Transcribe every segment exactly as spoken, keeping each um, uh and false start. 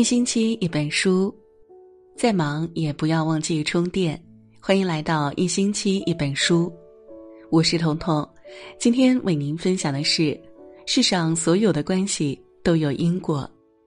一星期一本书，再忙也不要忘记充电。欢迎来到一星期一本书，我是彤彤。今天为您分享的是，世上所有的关系都有因果。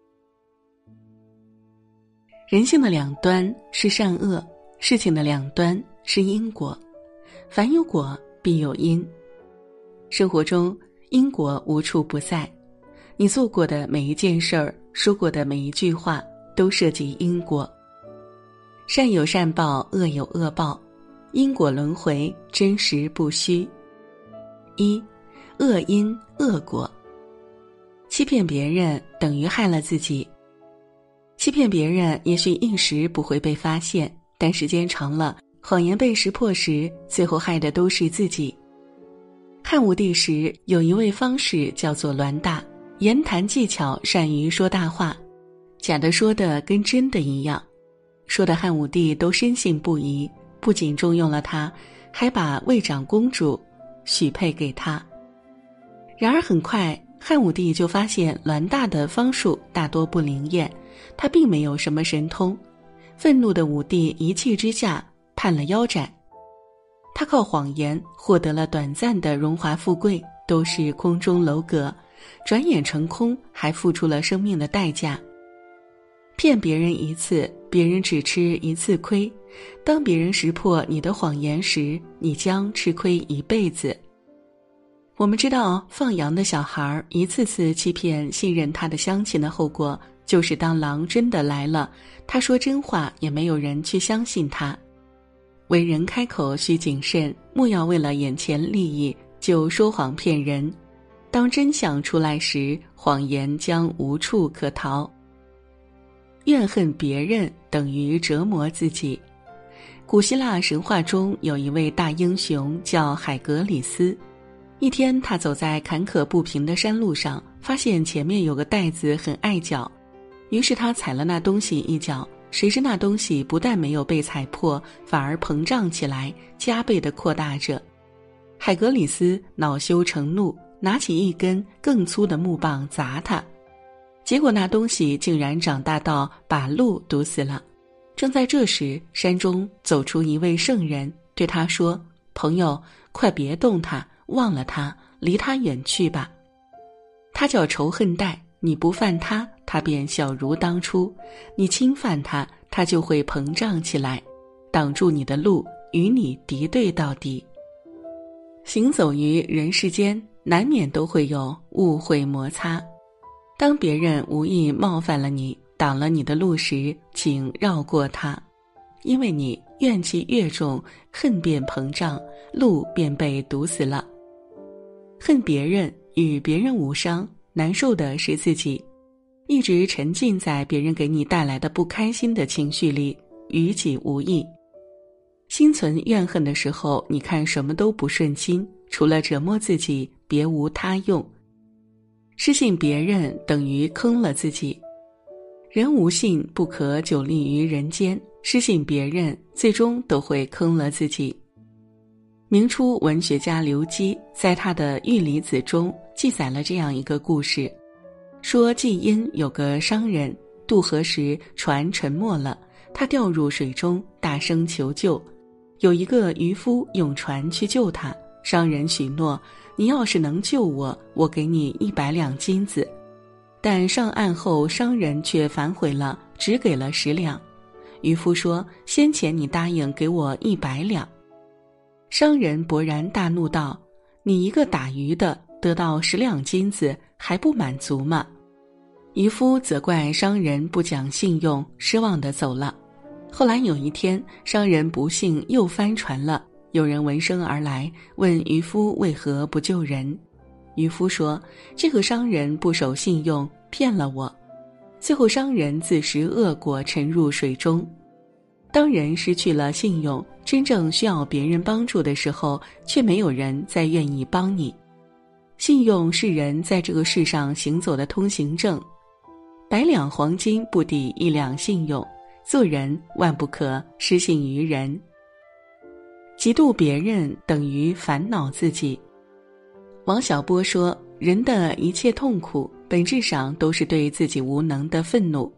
人性的两端是善恶，事情的两端是因果。凡有果必有因。生活中因果无处不在，你做过的每一件事儿，说过的每一句话，都涉及因果。善有善报，恶有恶报，因果轮回，真实不虚。一、恶因恶果。欺骗别人等于害了自己。欺骗别人也许一时不会被发现，但时间长了，谎言被识破时，最后害的都是自己。汉武帝时有一位方士叫做栾大，言谈技巧善于说大话，假的说的跟真的一样，说的汉武帝都深信不疑，不仅重用了他，还把魏长公主许配给他。然而很快汉武帝就发现栾大的方术大多不灵验，他并没有什么神通。愤怒的武帝一气之下判了腰斩。他靠谎言获得了短暂的荣华富贵，都是空中楼阁，转眼成空，还付出了生命的代价。骗别人一次，别人只吃一次亏，当别人识破你的谎言时，你将吃亏一辈子。我们知道放羊的小孩一次次欺骗信任他的乡亲的后果，就是当狼真的来了，他说真话也没有人去相信他。为人开口需谨慎，莫要为了眼前利益就说谎骗人。当真相出来时，谎言将无处可逃。怨恨别人等于折磨自己。古希腊神话中有一位大英雄叫海格里斯。一天他走在坎坷不平的山路上，发现前面有个袋子很碍脚，于是他踩了那东西一脚，谁知那东西不但没有被踩破，反而膨胀起来，加倍地扩大着。海格里斯恼羞成怒，拿起一根更粗的木棒砸他，结果那东西竟然长大到把路堵死了。正在这时，山中走出一位圣人，对他说：“朋友，快别动他，忘了他，离他远去吧。他叫仇恨带，你不犯他，他便小如当初；你侵犯他，他就会膨胀起来，挡住你的路，与你敌对到底。”行走于人世间，难免都会有误会摩擦。当别人无意冒犯了你，挡了你的路时，请绕过他，因为你怨气越重，恨便膨胀，路便被堵死了。恨别人与别人无伤，难受的是自己。一直沉浸在别人给你带来的不开心的情绪里，与己无益。心存怨恨的时候，你看什么都不顺心，除了折磨自己，别无他用。失信别人等于坑了自己。人无信不可久立于人间，失信别人最终都会坑了自己。明初文学家刘基在他的《玉离子》中记载了这样一个故事，说季阴有个商人，渡河时船沉没了，他掉入水中，大声求救。有一个渔夫用船去救他，商人许诺：“你要是能救我，我给你一百两金子。”但上岸后，商人却反悔了，只给了十两。渔夫说：“先前你答应给我一百两。”商人勃然大怒道：“你一个打鱼的，得到十两金子还不满足吗？”渔夫责怪商人不讲信用，失望地走了。后来有一天，商人不幸又翻船了，有人闻声而来，问渔夫为何不救人。渔夫说：“这个商人不守信用，骗了我。”最后商人自食恶果，沉入水中。当人失去了信用，真正需要别人帮助的时候，却没有人再愿意帮你。信用是人在这个世上行走的通行证，百两黄金不抵一两信用，做人万不可失信于人。嫉妒别人等于烦恼自己。王小波说，人的一切痛苦本质上都是对自己无能的愤怒。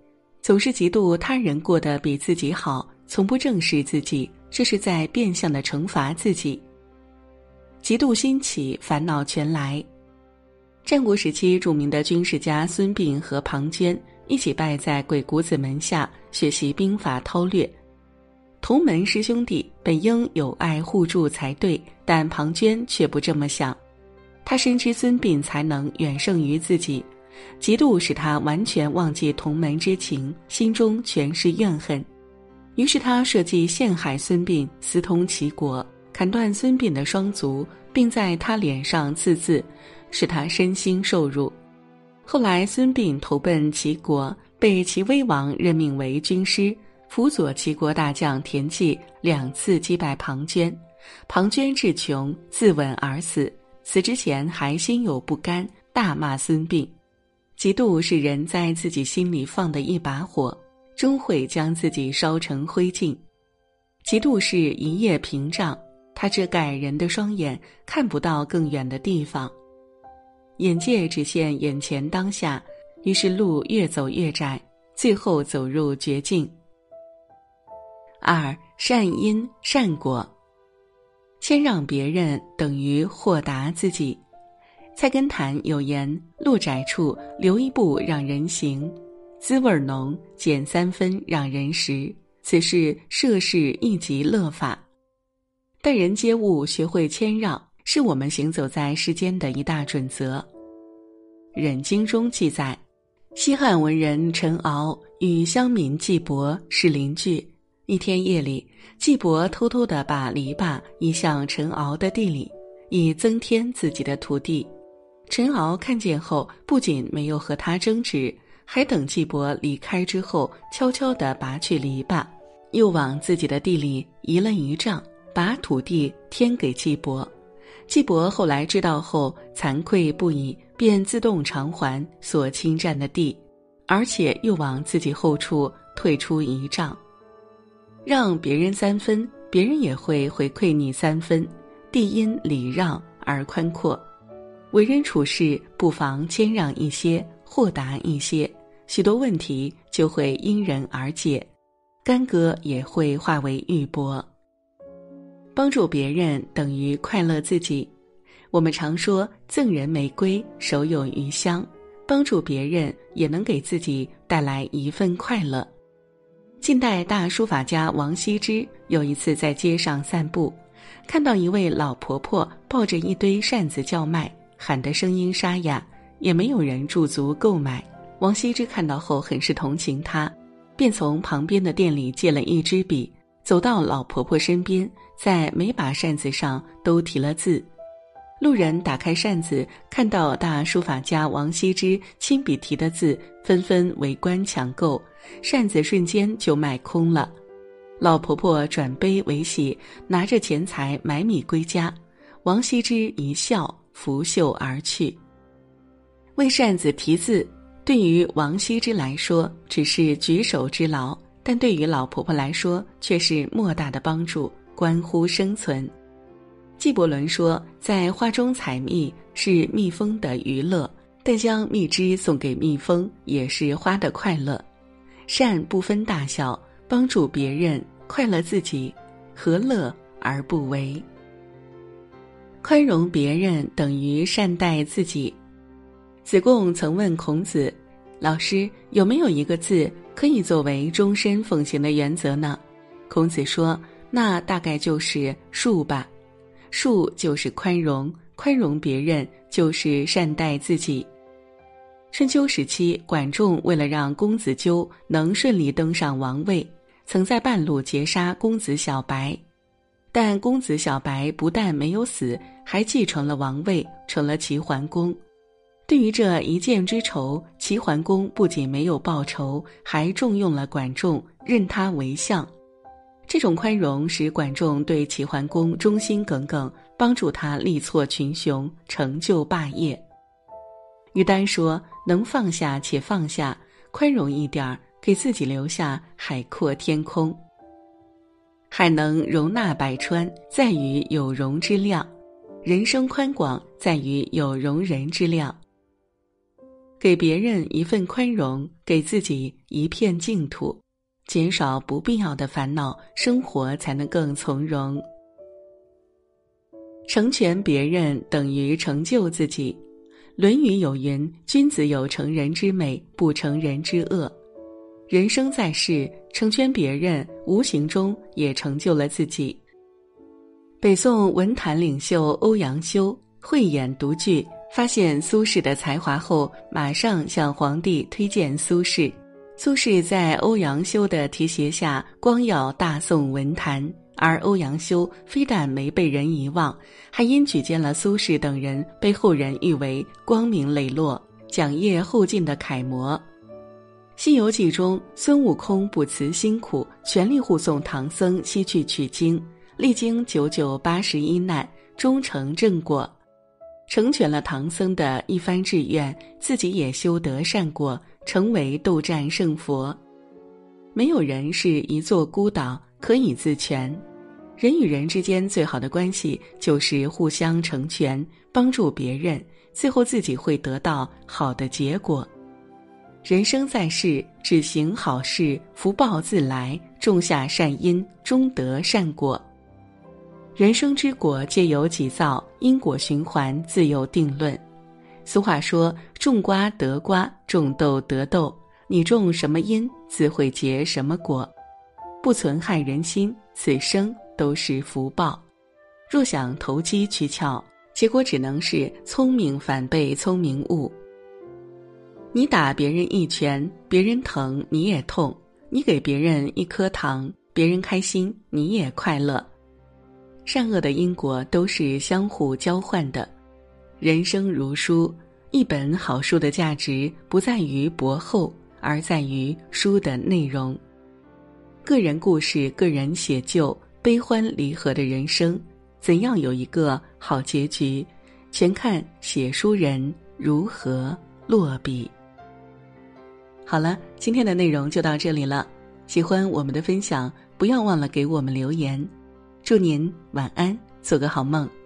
总是嫉妒他人过得比自己好，从不正视自己，这是在变相的惩罚自己。嫉妒心起，烦恼全来。战国时期著名的军事家孙膑和庞涓一起拜在鬼谷子门下学习兵法韬略。同门师兄弟本应友爱互助才对，但庞涓却不这么想。他深知孙膑才能远胜于自己，嫉妒使他完全忘记同门之情，心中全是怨恨。于是他设计陷害孙膑，私通齐国，砍断孙膑的双足，并在他脸上刺字，使他身心受辱。后来孙膑投奔齐国，被齐威王任命为军师，辅佐齐国大将田忌两次击败庞涓。庞涓志穷，自刎而死，死之前还心有不甘，大骂孙膑。嫉妒是人在自己心里放的一把火，终会将自己烧成灰烬。嫉妒是一叶屏障，它遮盖人的双眼，看不到更远的地方。眼界只限眼前当下，于是路越走越窄，最后走入绝境。二、善因善果。谦让别人等于豁达自己。菜根谭有言：路窄处留一步让人行，滋味浓减三分让人食，此是涉世一级乐法。待人接物学会谦让，是我们行走在世间的一大准则。忍经中记载，西汉文人陈敖与乡民季伯是邻居。一天夜里，季伯偷偷地把篱笆移向陈敖的地里，以增添自己的土地。陈敖看见后，不仅没有和他争执，还等季伯离开之后，悄悄地拔去篱笆，又往自己的地里移了一丈，把土地添给季伯。季伯后来知道后，惭愧不已，便自动偿还所侵占的地，而且又往自己后处退出一丈。让别人三分，别人也会回馈你三分，地因礼让而宽阔。为人处事不妨谦让一些，豁达一些，许多问题就会因人而解，干戈也会化为玉帛。帮助别人等于快乐自己。我们常说赠人玫瑰，手有余香，帮助别人也能给自己带来一份快乐。近代大书法家王羲之有一次在街上散步，看到一位老婆婆抱着一堆扇子叫卖，喊得声音沙哑，也没有人驻足购买。王羲之看到后很是同情她，便从旁边的店里借了一支笔，走到老婆婆身边，在每把扇子上都题了字。路人打开扇子，看到大书法家王羲之亲笔题的字，纷纷围观抢购，扇子瞬间就卖空了。老婆婆转悲为喜，拿着钱财买米归家。王羲之一笑，拂袖而去。为扇子题字，对于王羲之来说只是举手之劳，但对于老婆婆来说却是莫大的帮助，关乎生存。纪伯伦说，在花中采蜜是蜜蜂的娱乐，但将蜜汁送给蜜蜂也是花的快乐。善不分大小，帮助别人，快乐自己，何乐而不为？宽容别人等于善待自己。子贡曾问孔子，老师，有没有一个字可以作为终身奉行的原则呢？孔子说，那大概就是恕吧。恕就是宽容，宽容别人就是善待自己。春秋时期，管仲为了让公子纠能顺利登上王位，曾在半路截杀公子小白。但公子小白不但没有死，还继承了王位，成了齐桓公。对于这一箭之仇，齐桓公不仅没有报仇，还重用了管仲，任他为相。这种宽容使管仲对齐桓公忠心耿耿，帮助他力挫群雄，成就霸业。于丹说，能放下且放下，宽容一点儿，给自己留下海阔天空。海能容纳百川，在于有容之量；人生宽广，在于有容人之量。 给别人一份宽容，给自己一片净土，减少不必要的烦恼，生活才能更从容。成全别人等于成就自己。论语有云：君子有成人之美，不成人之恶。人生在世，成全别人，无形中也成就了自己。北宋文坛领袖欧阳修慧眼独具，发现苏轼的才华后，马上向皇帝推荐苏轼。苏轼在欧阳修的提携下，光耀大宋文坛。而欧阳修非但没被人遗忘，还因举荐了苏轼等人，被后人誉为光明磊落、讲业后进的楷模。《西游记》中，孙悟空不辞辛苦，全力护送唐僧西去取经，历经九九八十一难，终成正果，成全了唐僧的一番志愿，自己也修得善果，成为斗战胜佛。没有人是一座孤岛，可以自全。人与人之间最好的关系就是互相成全，帮助别人，最后自己会得到好的结果。人生在世，只行好事，福报自来，种下善因，终得善果。人生之果皆由己造，因果循环自有定论。俗话说，种瓜得瓜，种豆得豆，你种什么因，自会结什么果。不存害人心，此生都是福报。若想投机取巧，结果只能是聪明反被聪明误。你打别人一拳，别人疼你也痛；你给别人一颗糖，别人开心你也快乐。善恶的因果都是相互交换的。人生如书，一本好书的价值不在于薄厚，而在于书的内容。个人故事，个人写就，悲欢离合的人生，怎样有一个好结局，全看写书人如何落笔。好了，今天的内容就到这里了。喜欢我们的分享，不要忘了给我们留言。祝您晚安，做个好梦。